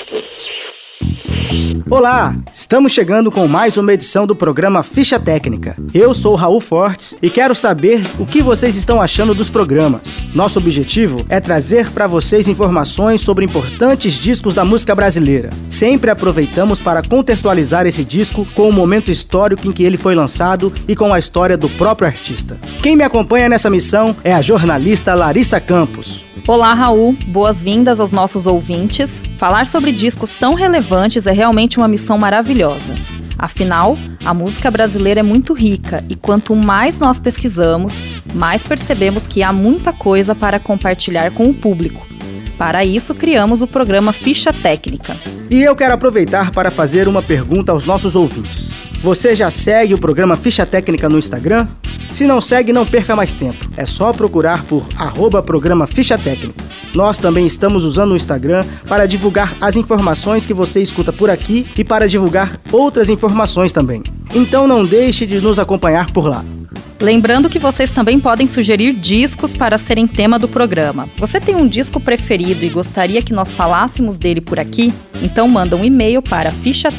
Olá, estamos chegando com mais uma edição do programa Ficha Técnica. Eu sou Raul Fortes e quero saber o que vocês estão achando dos programas. Nosso objetivo é trazer para vocês informações sobre importantes discos da música brasileira. Sempre aproveitamos para contextualizar esse disco com o momento histórico em que ele foi lançado e com a história do próprio artista. Quem me acompanha nessa missão é a jornalista Larissa Campos. Olá, Raul. Boas-vindas aos nossos ouvintes. Falar sobre discos tão relevantes é realmente uma missão maravilhosa. Afinal, a música brasileira é muito rica e quanto mais nós pesquisamos, mais percebemos que há muita coisa para compartilhar com o público. Para isso, criamos o programa Ficha Técnica. E eu quero aproveitar para fazer uma pergunta aos nossos ouvintes. Você já segue o programa Ficha Técnica no Instagram? Se não segue, não perca mais tempo. É só procurar por @programa Ficha Técnica. Nós também estamos usando o Instagram para divulgar as informações que você escuta por aqui e para divulgar outras informações também. Então não deixe de nos acompanhar por lá. Lembrando que vocês também podem sugerir discos para serem tema do programa. Você tem um disco preferido e gostaria que nós falássemos dele por aqui? Então manda um e-mail para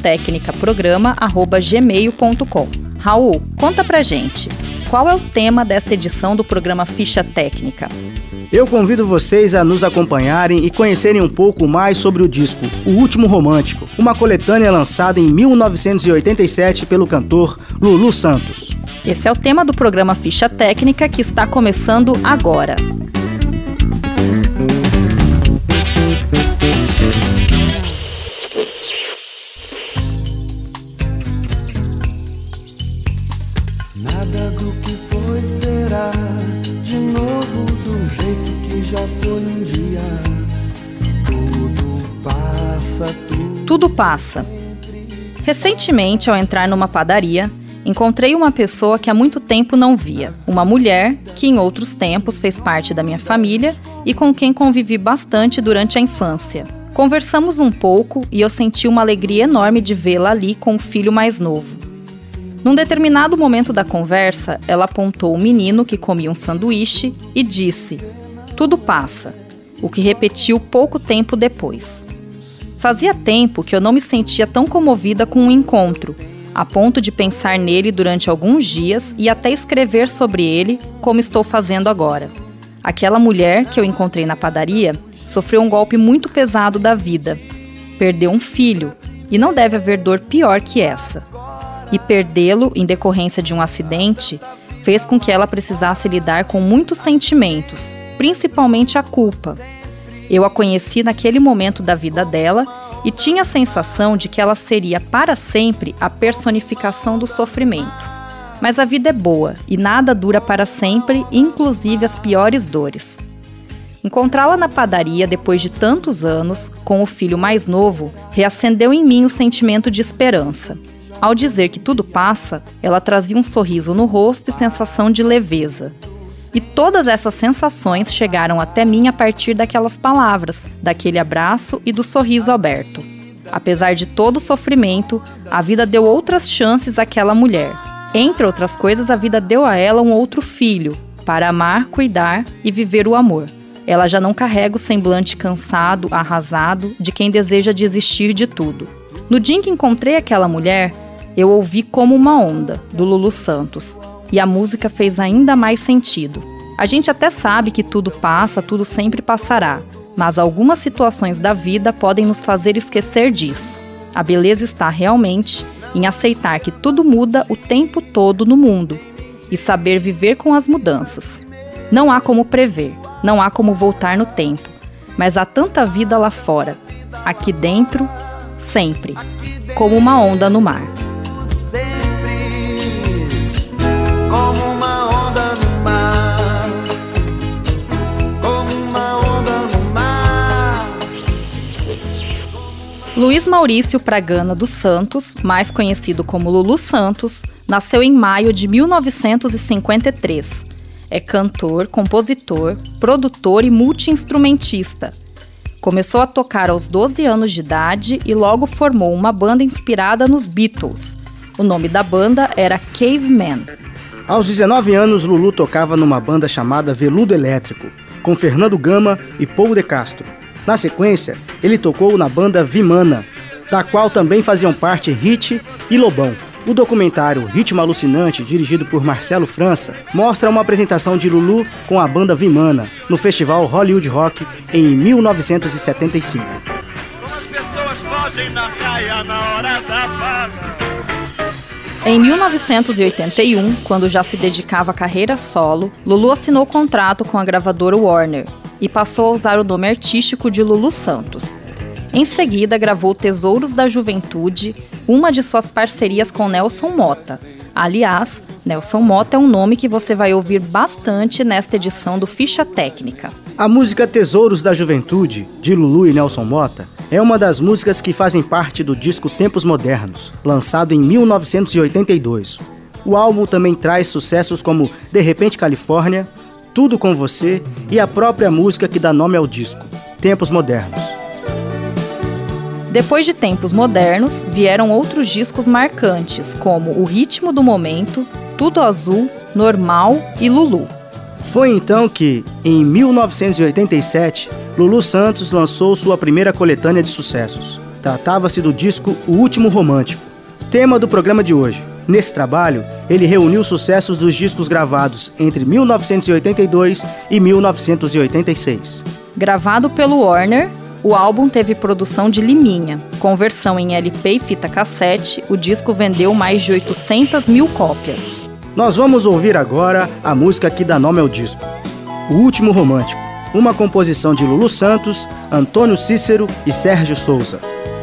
fichatecnicaprograma@gmail.com. Raul, conta pra gente, qual é o tema desta edição do programa Ficha Técnica? Eu convido vocês a nos acompanharem e conhecerem um pouco mais sobre o disco O Último Romântico, uma coletânea lançada em 1987 pelo cantor Lulu Santos. Esse é o tema do programa Ficha Técnica que está começando agora. Nada do que foi será de novo do jeito que já foi um dia. Tudo passa, Tudo passa. Recentemente, ao entrar numa padaria, encontrei uma pessoa que há muito tempo não via. Uma mulher que em outros tempos fez parte da minha família e com quem convivi bastante durante a infância. Conversamos um pouco e eu senti uma alegria enorme de vê-la ali com o filho mais novo. Num determinado momento da conversa, ela apontou o menino que comia um sanduíche e disse: "Tudo passa", o que repetiu pouco tempo depois. Fazia tempo que eu não me sentia tão comovida com um encontro, a ponto de pensar nele durante alguns dias e até escrever sobre ele, como estou fazendo agora. Aquela mulher que eu encontrei na padaria sofreu um golpe muito pesado da vida. Perdeu um filho, e não deve haver dor pior que essa. E perdê-lo em decorrência de um acidente fez com que ela precisasse lidar com muitos sentimentos, principalmente a culpa. Eu a conheci naquele momento da vida dela e tinha a sensação de que ela seria para sempre a personificação do sofrimento. Mas a vida é boa e nada dura para sempre, inclusive as piores dores. Encontrá-la na padaria depois de tantos anos, com o filho mais novo, reacendeu em mim o sentimento de esperança. Ao dizer que tudo passa, ela trazia um sorriso no rosto e sensação de leveza. E todas essas sensações chegaram até mim a partir daquelas palavras, daquele abraço e do sorriso aberto. Apesar de todo o sofrimento, a vida deu outras chances àquela mulher. Entre outras coisas, a vida deu a ela um outro filho, para amar, cuidar e viver o amor. Ela já não carrega o semblante cansado, arrasado, de quem deseja desistir de tudo. No dia em que encontrei aquela mulher, eu ouvi Como uma Onda, do Lulu Santos, e a música fez ainda mais sentido. A gente até sabe que tudo passa, tudo sempre passará, mas algumas situações da vida podem nos fazer esquecer disso. A beleza está realmente em aceitar que tudo muda o tempo todo no mundo e saber viver com as mudanças. Não há como prever, não há como voltar no tempo, mas há tanta vida lá fora, aqui dentro, sempre, como uma onda no mar. Luiz Maurício Pragana dos Santos, mais conhecido como Lulu Santos, nasceu em maio de 1953. É cantor, compositor, produtor e multi-instrumentista. Começou a tocar aos 12 anos de idade e logo formou uma banda inspirada nos Beatles. O nome da banda era Caveman. Aos 19 anos, Lulu tocava numa banda chamada Veludo Elétrico, com Fernando Gama e Paul de Castro. Na sequência, ele tocou na banda Vimana, da qual também faziam parte Hit e Lobão. O documentário Ritmo Alucinante, dirigido por Marcelo França, mostra uma apresentação de Lulu com a banda Vimana no festival Hollywood Rock em 1975. Como as pessoas fogem na praia na hora da farra. Em 1981, quando já se dedicava à carreira solo, Lulu assinou contrato com a gravadora Warner e passou a usar o nome artístico de Lulu Santos. Em seguida, gravou Tesouros da Juventude, uma de suas parcerias com Nelson Motta. Aliás, Nelson Motta é um nome que você vai ouvir bastante nesta edição do Ficha Técnica. A música Tesouros da Juventude, de Lulu e Nelson Motta, é uma das músicas que fazem parte do disco Tempos Modernos, lançado em 1982. O álbum também traz sucessos como De Repente Califórnia, Tudo Com Você e a própria música que dá nome ao disco, Tempos Modernos. Depois de Tempos Modernos, vieram outros discos marcantes, como O Ritmo do Momento, Tudo Azul, Normal e Lulu. Foi então que, em 1987, Lulu Santos lançou sua primeira coletânea de sucessos. Tratava-se do disco O Último Romântico, tema do programa de hoje. Nesse trabalho, ele reuniu sucessos dos discos gravados entre 1982 e 1986. Gravado pelo Warner, o álbum teve produção de Liminha. Com versão em LP e fita cassete, o disco vendeu mais de 800 mil cópias. Nós vamos ouvir agora a música que dá nome ao disco, O Último Romântico, uma composição de Lulu Santos, Antônio Cícero e Sérgio Souza.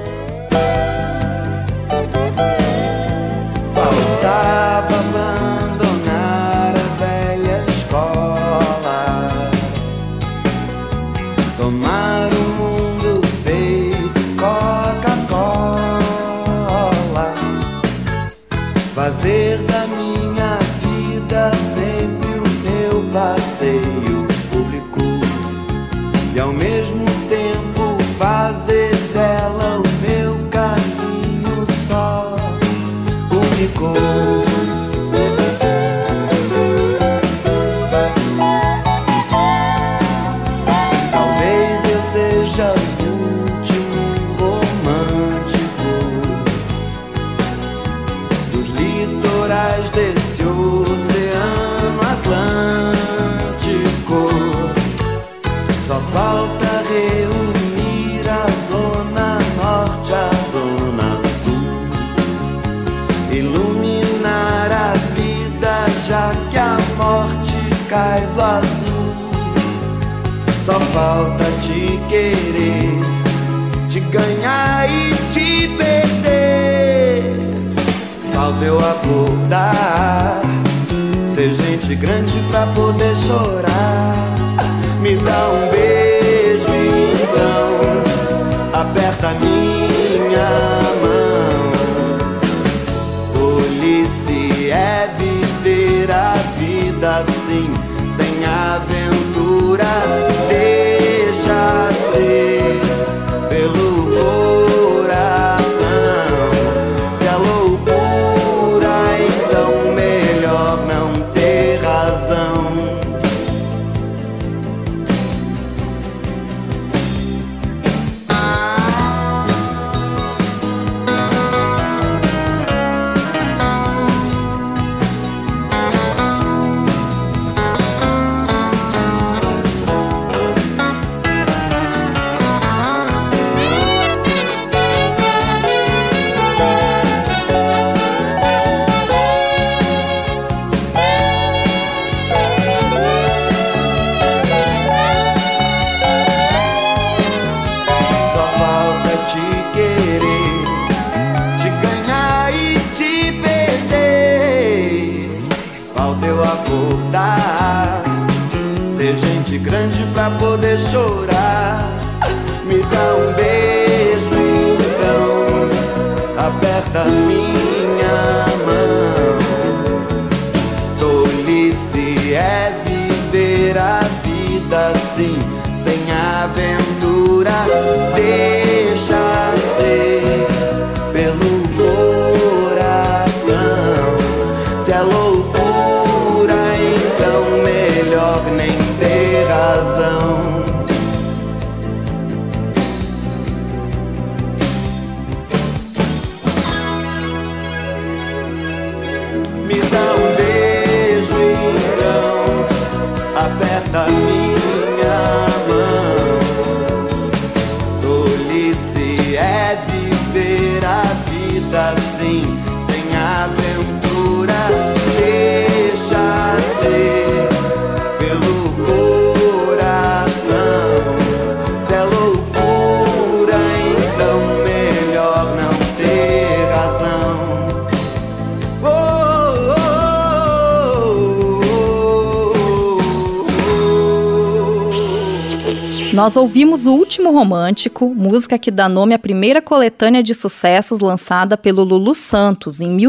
Faltava abandonar a velha escola, tomar um mundo feito Coca-Cola, fazer da minha vida sempre o meu passeio público e ao mesmo tempo fazer dela o meu caminho só único. Talvez eu seja o último romântico dos litorais desse oceano Atlântico. Só falta reunir a zona norte à zona sul, iluminar a vida já que a morte cai do azul. Só falta te querer, te ganhar e te perder. Falta eu acordar, ser gente grande pra poder chorar. Me dá um beijo então, aperta minha mão. Tolice é viver a vida assim, sem aventura. Deixa ser pelo coração. Se é loucura, então melhor não ter razão. Pra poder chorar, me dá um beijo então, aperta minha mão. Tolice é viver a vida assim, sem aventura. Deixa ser pelo coração. Se é loucura, então melhor nem ter razão. Nós ouvimos O Último Romântico, música que dá nome à primeira coletânea de sucessos lançada pelo Lulu Santos em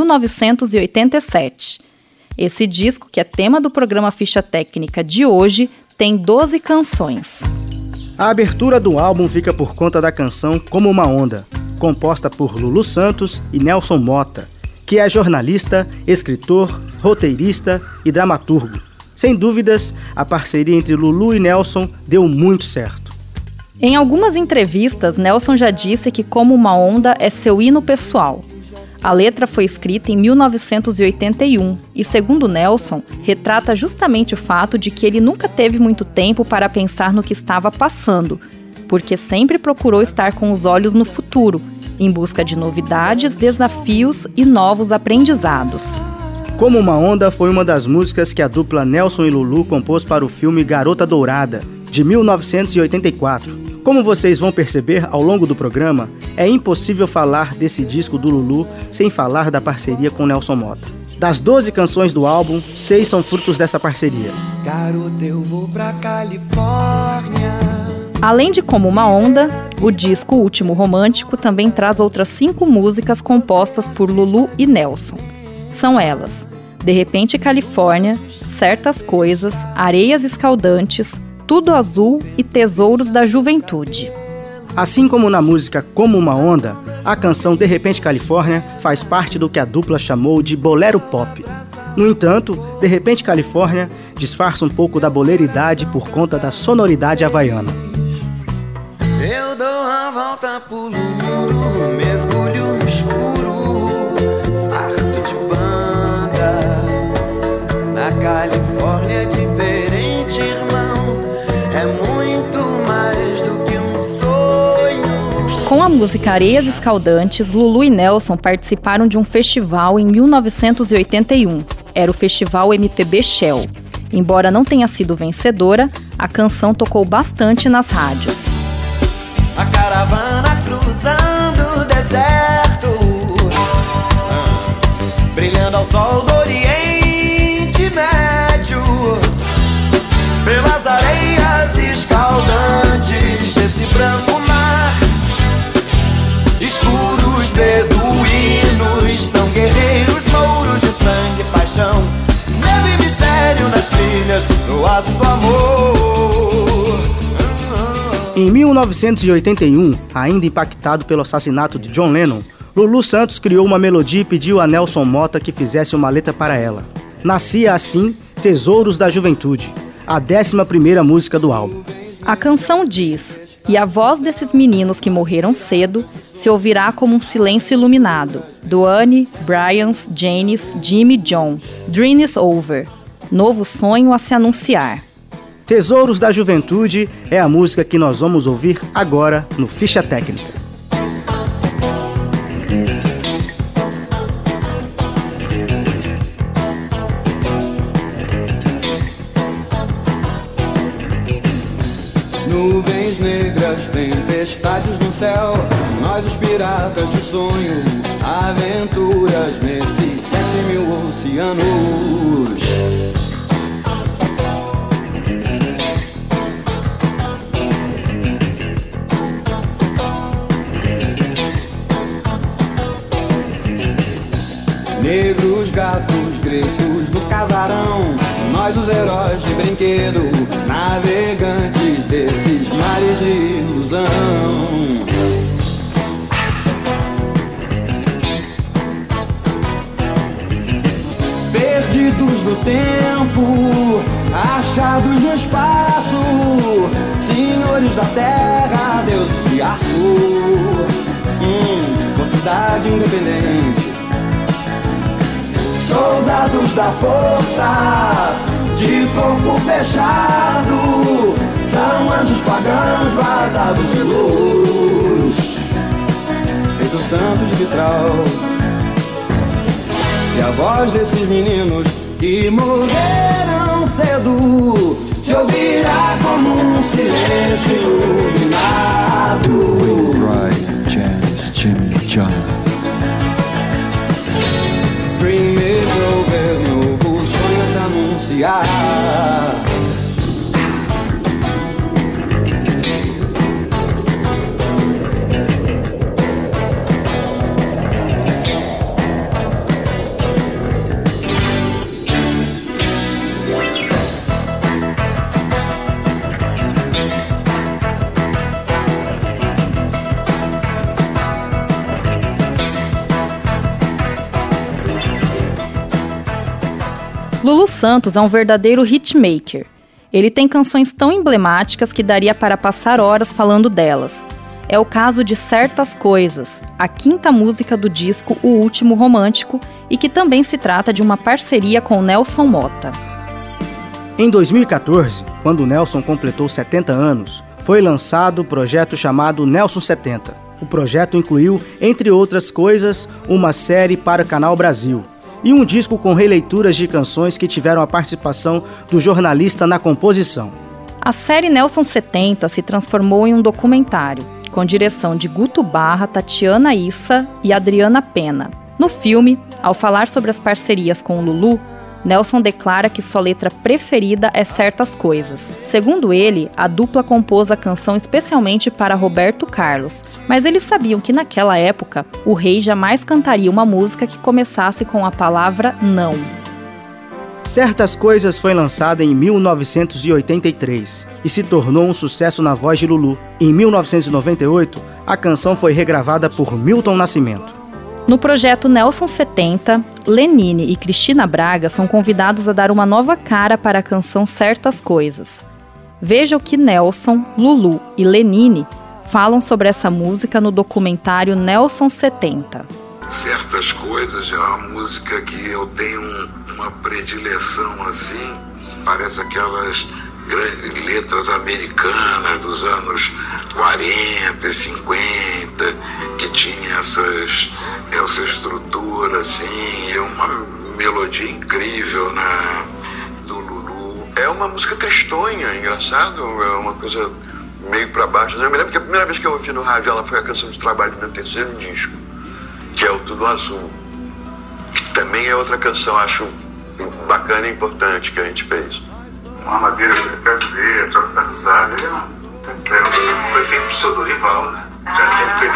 1987. Esse disco, que é tema do programa Ficha Técnica de hoje, tem 12 canções. A abertura do álbum fica por conta da canção Como Uma Onda, composta por Lulu Santos e Nelson Motta, que é jornalista, escritor, roteirista e dramaturgo. Sem dúvidas, a parceria entre Lulu e Nelson deu muito certo. Em algumas entrevistas, Nelson já disse que Como Uma Onda é seu hino pessoal. A letra foi escrita em 1981 e, segundo Nelson, retrata justamente o fato de que ele nunca teve muito tempo para pensar no que estava passando, porque sempre procurou estar com os olhos no futuro, em busca de novidades, desafios e novos aprendizados. Como Uma Onda foi uma das músicas que a dupla Nelson e Lulu compôs para o filme Garota Dourada, de 1984. Como vocês vão perceber ao longo do programa, é impossível falar desse disco do Lulu sem falar da parceria com Nelson Motta. Das 12 canções do álbum, 6 são frutos dessa parceria. Garota, eu vou pra Califórnia. Além de Como Uma Onda, o disco Último Romântico também traz outras 5 músicas compostas por Lulu e Nelson. São elas: De Repente Califórnia, Certas Coisas, Areias Escaldantes, Tudo Azul e Tesouros da Juventude. Assim como na música Como Uma Onda, a canção De Repente Califórnia faz parte do que a dupla chamou de bolero pop. No entanto, De Repente Califórnia disfarça um pouco da boleridade por conta da sonoridade havaiana. Eu dou a volta, pulo muro, mergulho no escuro, sarto de banda. Na Califórnia é diferente, irmão, é muito mais do que um sonho. Com a música Areias Escaldantes, Lulu e Nelson participaram de um festival em 1981. Era o Festival MPB Shell. Embora não tenha sido vencedora, a canção tocou bastante nas rádios. A caravana cruzando o deserto, brilhando ao sol do Oriente Médio, pelas areias escaldantes desse branco mar. Escuros beduínos são guerreiros mouros de sangue e paixão, neve e mistério nas trilhas, no oásis do amor. Em 1981, ainda impactado pelo assassinato de John Lennon, Lulu Santos criou uma melodia e pediu a Nelson Motta que fizesse uma letra para ela. Nascia assim Tesouros da Juventude, a 11ª música do álbum. A canção diz: e a voz desses meninos que morreram cedo se ouvirá como um silêncio iluminado. Duane, Bryans, Janis, Jimmy, John. Dream is over. Novo sonho a se anunciar. Tesouros da Juventude é a música que nós vamos ouvir agora no Ficha Técnica. Nuvens negras, tempestades no céu, nós os piratas de sonho, aventuras nesses 7.000 oceanos. Negros, gatos, gregos no casarão, nós os heróis de brinquedo, navegantes desses mares de ilusão. Perdidos no tempo, achados no espaço, senhores da terra, deuses de aço, uma cidade independente. Soldados da força, de corpo fechado, são anjos pagãos vazados de luz, feito santo de vitral. E a voz desses meninos que morreram cedo se ouvirá como um silêncio iluminado. Brian, Janis, Jimmy, John. Dream is over, novo sonho a se anunciar. Lulu Santos é um verdadeiro hitmaker. Ele tem canções tão emblemáticas que daria para passar horas falando delas. É o caso de Certas Coisas, a quinta música do disco O Último Romântico, e que também se trata de uma parceria com Nelson Motta. Em 2014, quando Nelson completou 70 anos, foi lançado o projeto chamado Nelson 70. O projeto incluiu, entre outras coisas, uma série para o Canal Brasil e um disco com releituras de canções que tiveram a participação do jornalista na composição. A série Nelson 70 se transformou em um documentário, com direção de Guto Barra, Tatiana Issa e Adriana Pena. No filme, ao falar sobre as parcerias com o Lulu, Nelson declara que sua letra preferida é Certas Coisas. Segundo ele, a dupla compôs a canção especialmente para Roberto Carlos, mas eles sabiam que naquela época, o rei jamais cantaria uma música que começasse com a palavra não. Certas Coisas foi lançada em 1983 e se tornou um sucesso na voz de Lulu. Em 1998, a canção foi regravada por Milton Nascimento. No projeto Nelson 70, Lenine e Cristina Braga são convidados a dar uma nova cara para a canção Certas Coisas. Veja o que Nelson, Lulu e Lenine falam sobre essa música no documentário Nelson 70. Certas Coisas é uma música que eu tenho uma predileção assim, parece aquelas grandes letras americanas dos anos 40 e 50, que tinha essa estrutura assim, é uma melodia incrível, né, do Lulu. É uma música tristonha, engraçado, é uma coisa meio pra baixo. Eu me lembro que a primeira vez que eu ouvi no rádio ela foi a canção de trabalho do meu terceiro disco, que é o Tudo Azul, que também é outra canção, acho bacana e importante que a gente fez. Uma madeira brasileira, tropicalizada, foi feito pro seu Dorival, né? Já foi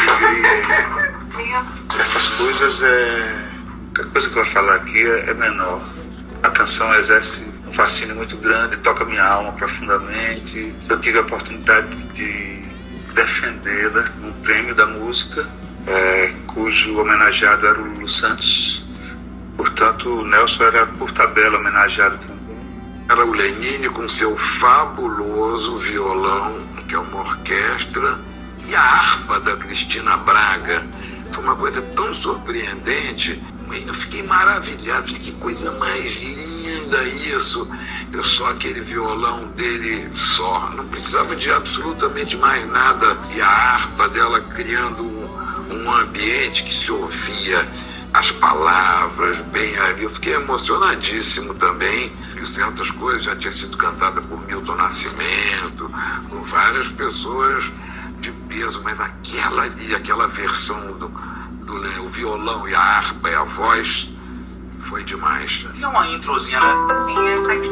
Certas Coisas a coisa que eu vou falar aqui é menor. A canção exerce um fascínio muito grande, toca minha alma profundamente. Eu tive a oportunidade de defendê-la num prêmio da música, cujo homenageado era o Lulu Santos. Portanto, o Nelson era por tabela homenageado também. Era o Lenine com seu fabuloso violão, que é uma orquestra, e a harpa da Cristina Braga. Foi uma coisa tão surpreendente. Eu fiquei maravilhado, que coisa mais linda isso. Eu só aquele violão dele só, não precisava de absolutamente mais nada. E a harpa dela criando um ambiente que se ouvia as palavras bem ali. Eu fiquei emocionadíssimo também. E Certas Coisas já tinha sido cantada por Milton Nascimento, por várias pessoas de peso, mas aquela ali, aquela versão o violão e a harpa e a voz foi demais. Tinha uma introzinha, né? Tinha essa aqui.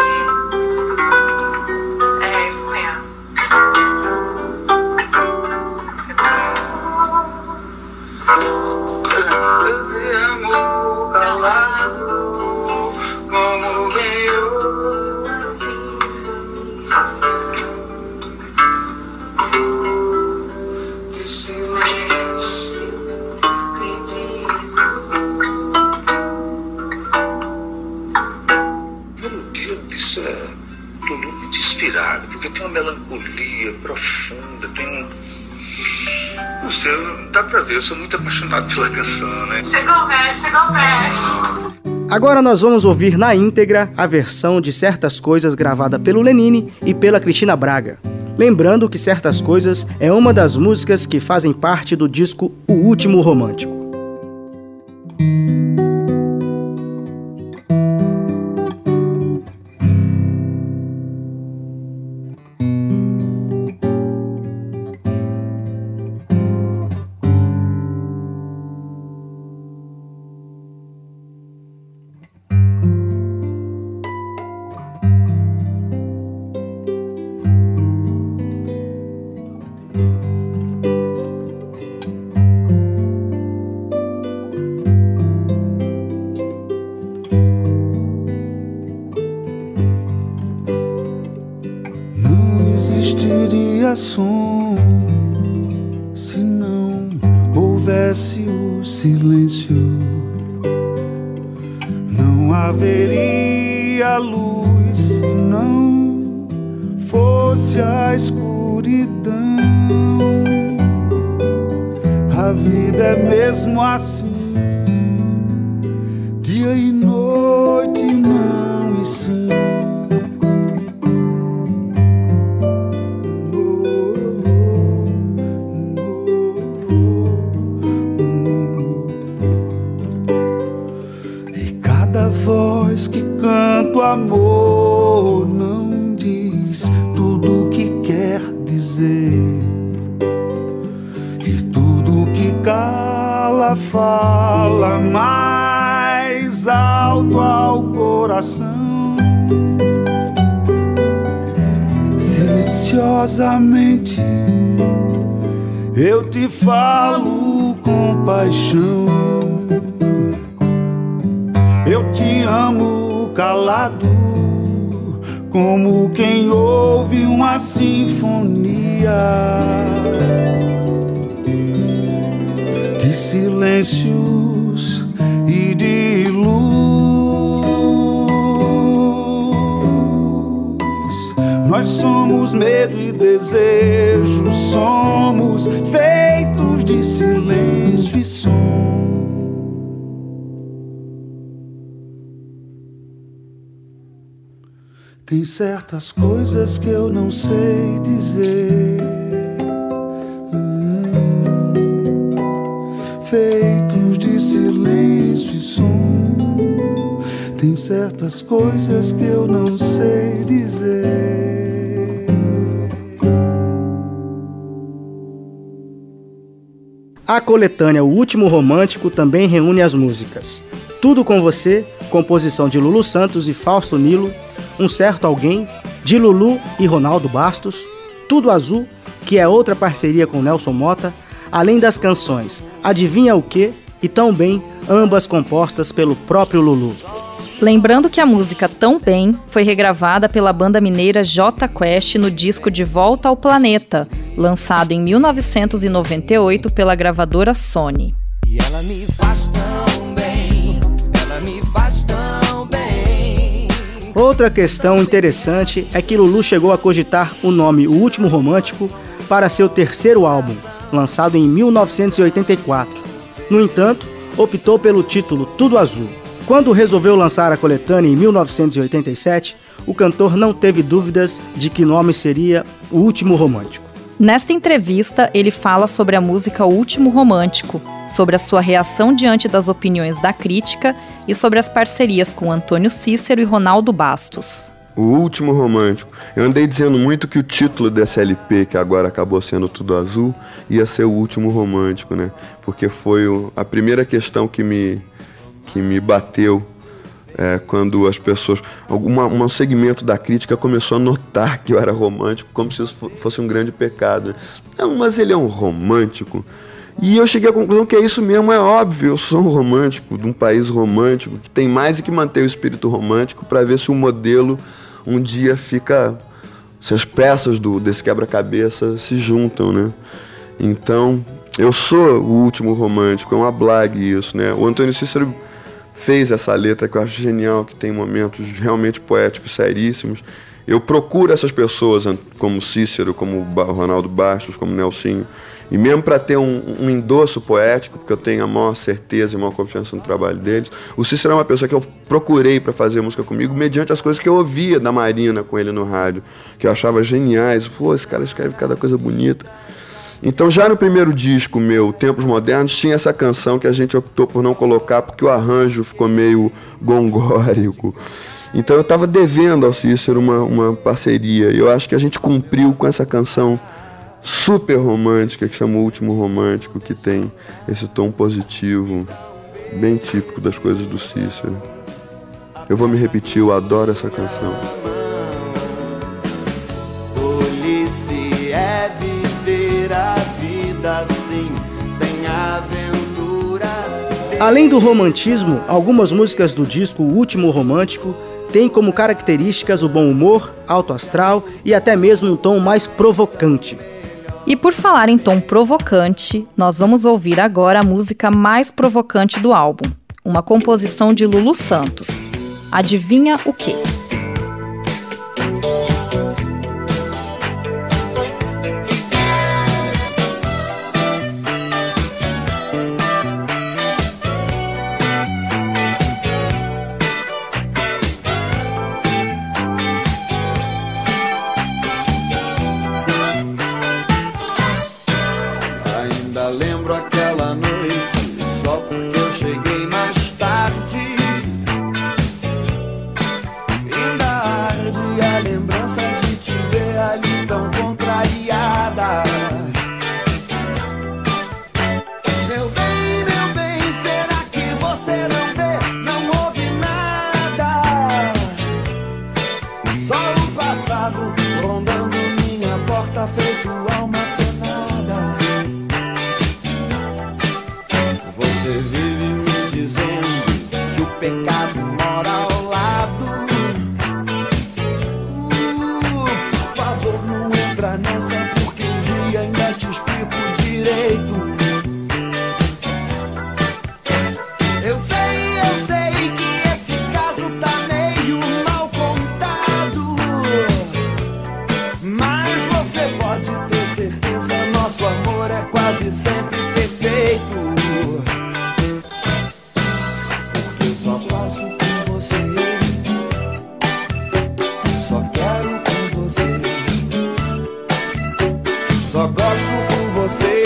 É, isso mesmo. Eu te amo calado, como eu assim. De silêncio, Lulu muito inspirado, porque tem uma melancolia profunda, tem não sei, dá pra ver, eu sou muito apaixonado pela canção, né? Chegou o mestre. Agora nós vamos ouvir na íntegra a versão de Certas Coisas gravada pelo Lenine e pela Cristina Braga. Lembrando que Certas Coisas é uma das músicas que fazem parte do disco O Último Romântico. Som, se não houvesse o silêncio, não haveria seria a luz se não fosse a escuridão. A vida é mesmo assim, dia e noite, não e sim. Voz que canta o amor não diz tudo o que quer dizer, e tudo que cala fala mais alto ao coração. Silenciosamente eu te falo com paixão. Eu te amo calado, como quem ouve uma sinfonia de silêncios e de luz. Nós somos medo e desejo, somos feitos de silêncio e som. Tem certas coisas que eu não sei dizer, feitos de silêncio e som. Tem certas coisas que eu não sei dizer. A coletânea O Último Romântico também reúne as músicas Tudo com Você, composição de Lulu Santos e Fausto Nilo, Um Certo Alguém, de Lulu e Ronaldo Bastos, Tudo Azul, que é outra parceria com Nelson Motta, além das canções Adivinha o Quê e Tão Bem, ambas compostas pelo próprio Lulu. Lembrando que a música Tão Bem foi regravada pela banda mineira Jota Quest no disco De Volta ao Planeta, lançado em 1998 pela gravadora Sony. E ela me faz tão bem, ela me faz tão bem. Outra questão interessante é que Lulu chegou a cogitar o nome O Último Romântico para seu terceiro álbum, lançado em 1984. No entanto, optou pelo título Tudo Azul. Quando resolveu lançar a coletânea em 1987, o cantor não teve dúvidas de que o nome seria O Último Romântico. Nesta entrevista, ele fala sobre a música O Último Romântico, sobre a sua reação diante das opiniões da crítica e sobre as parcerias com Antônio Cícero e Ronaldo Bastos. O Último Romântico. Eu andei dizendo muito que o título desse LP, que agora acabou sendo Tudo Azul, ia ser O Último Romântico, né? Porque foi a primeira questão que me bateu quando as pessoas... Um segmento da crítica começou a notar que eu era romântico, como se isso fosse um grande pecado. Não, mas ele é um romântico. E eu cheguei à conclusão que é isso mesmo, é óbvio. Eu sou um romântico, de um país romântico, que tem mais que manter o espírito romântico para ver se o modelo um dia fica... Se as peças desse quebra-cabeça se juntam, né? Então, eu sou o último romântico, é uma blague isso, né? O Antônio Cícero fez essa letra que eu acho genial, que tem momentos realmente poéticos, seríssimos. Eu procuro essas pessoas, como Cícero, como Ronaldo Bastos, como Nelsinho, e mesmo para ter um endosso poético, porque eu tenho a maior certeza e a maior confiança no trabalho deles. O Cícero é uma pessoa que eu procurei para fazer música comigo, mediante as coisas que eu ouvia da Marina com ele no rádio, que eu achava geniais. Pô, esse cara escreve cada coisa bonita. Então já no primeiro disco meu, Tempos Modernos, tinha essa canção que a gente optou por não colocar porque o arranjo ficou meio gongórico. Então eu estava devendo ao Cícero uma parceria, e eu acho que a gente cumpriu com essa canção super romântica, que chama O Último Romântico, que tem esse tom positivo, bem típico das coisas do Cícero. Eu vou me repetir, eu adoro essa canção. Além do romantismo, algumas músicas do disco O Último Romântico têm como características o bom humor, alto astral e até mesmo um tom mais provocante. E por falar em tom provocante, nós vamos ouvir agora a música mais provocante do álbum, uma composição de Lulu Santos. Adivinha o quê? Ainda lembro aquela noite, só porque eu cheguei mais tarde. Ainda arde a lembrança de te ver ali tão contrariada. Meu bem, será que você não vê? Não ouve nada. Só o passado rondando minha porta, feito alma penada. Você vive me dizendo que o pecado mora ao lado. Por favor, não entra nessa, porque um dia ainda te explico direito. Eu sei que esse caso tá meio mal contado, mas você pode ter certeza, nosso amor é quase sempre perfeito. Só faço com você, só quero com você, só gosto com você.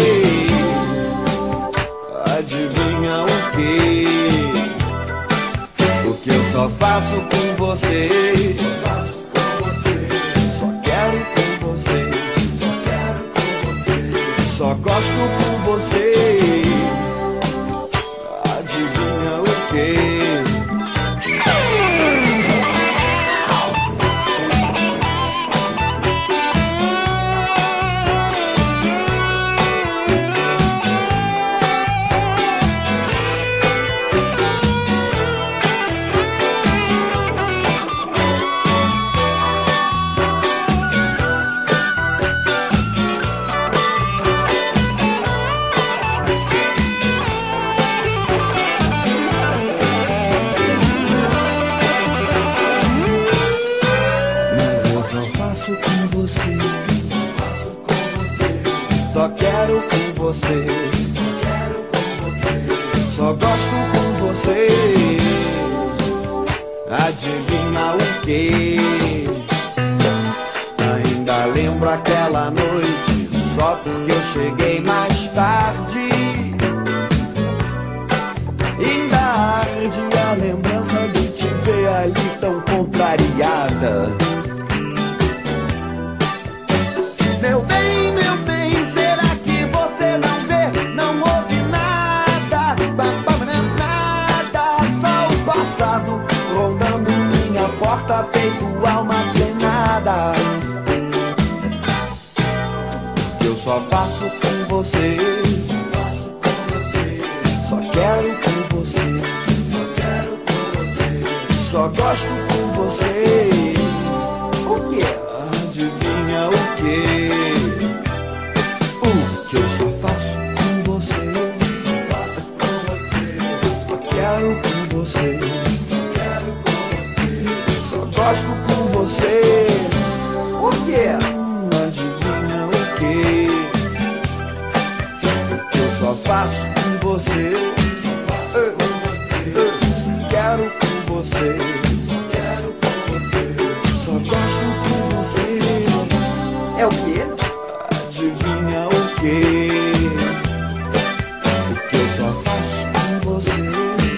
Adivinha o quê? Porque eu só faço com você, só quero com você, só gosto com você. Adivinha o quê? Só quero com você, só gosto com você. Adivinha o quê? Ainda lembro aquela noite, só porque eu cheguei mais tarde. Ainda arde a lembrança de te ver ali tão contrariada. Meu bem, será que você não vê? Não ouve nada, nada. Só o passado rondando minha porta, feito alma penada. Eu só faço com você, só quero com você, só gosto com você. O que é? Adivinha o quê? O que eu só faço com você, só quero com você, só gosto com você. O que é? Adivinha o quê? O que eu só faço com você, só quero com você, só gosto com você. É o quê? Adivinha o quê? O que eu só faço com você,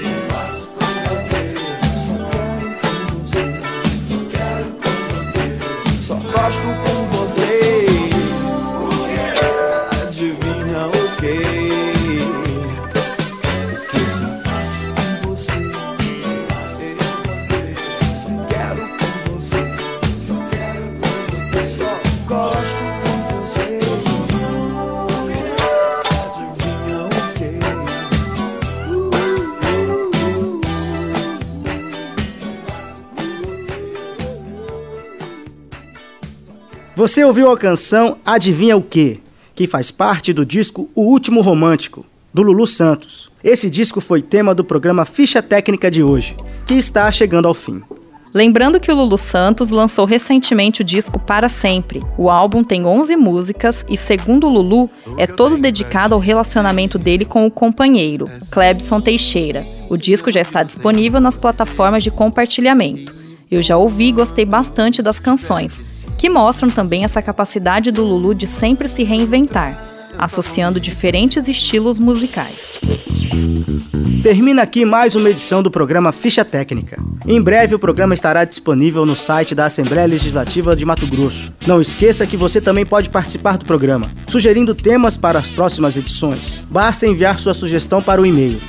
só quero com você, só gosto com você. Adivinha o quê? O que eu só faço com você, só quero com você, só gosto com você. Adivinha o quê? Você ouviu a canção Adivinha o quê? Que faz parte do disco O Último Romântico. do Lulu Santos. Esse disco foi tema do programa Ficha Técnica de hoje, que está chegando ao fim. Lembrando que o Lulu Santos lançou recentemente o disco Para Sempre. O álbum tem 11 músicas e, segundo o Lulu, é todo dedicado ao relacionamento dele com o companheiro, Clebson Teixeira. O disco já está disponível nas plataformas de compartilhamento. Eu já ouvi e gostei bastante das canções, que mostram também essa capacidade do Lulu de sempre se reinventar, associando diferentes estilos musicais. Termina aqui mais uma edição do programa Ficha Técnica. Em breve o programa estará disponível no site da Assembleia Legislativa de Mato Grosso. Não esqueça que você também pode participar do programa, sugerindo temas para as próximas edições. Basta enviar sua sugestão para o e-mail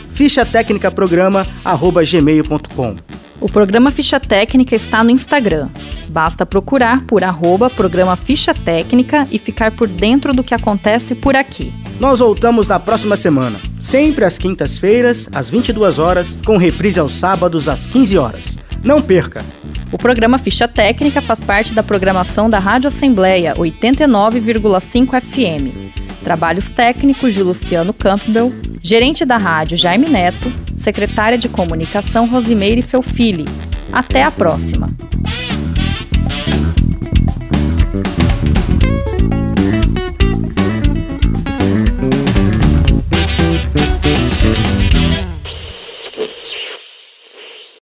fichatecnicaprograma@gmail.com. O programa Ficha Técnica está no Instagram. Basta procurar por @programa Ficha Técnica e ficar por dentro do que acontece por aqui. Nós voltamos na próxima semana, sempre às quintas-feiras, às 22 horas, com reprise aos sábados às 15 horas. Não perca! O programa Ficha Técnica faz parte da programação da Rádio Assembleia 89,5 FM. Trabalhos técnicos de Luciano Campbell, gerente da rádio Jaime Neto, secretária de comunicação Rosimeire Felfili. Até a próxima!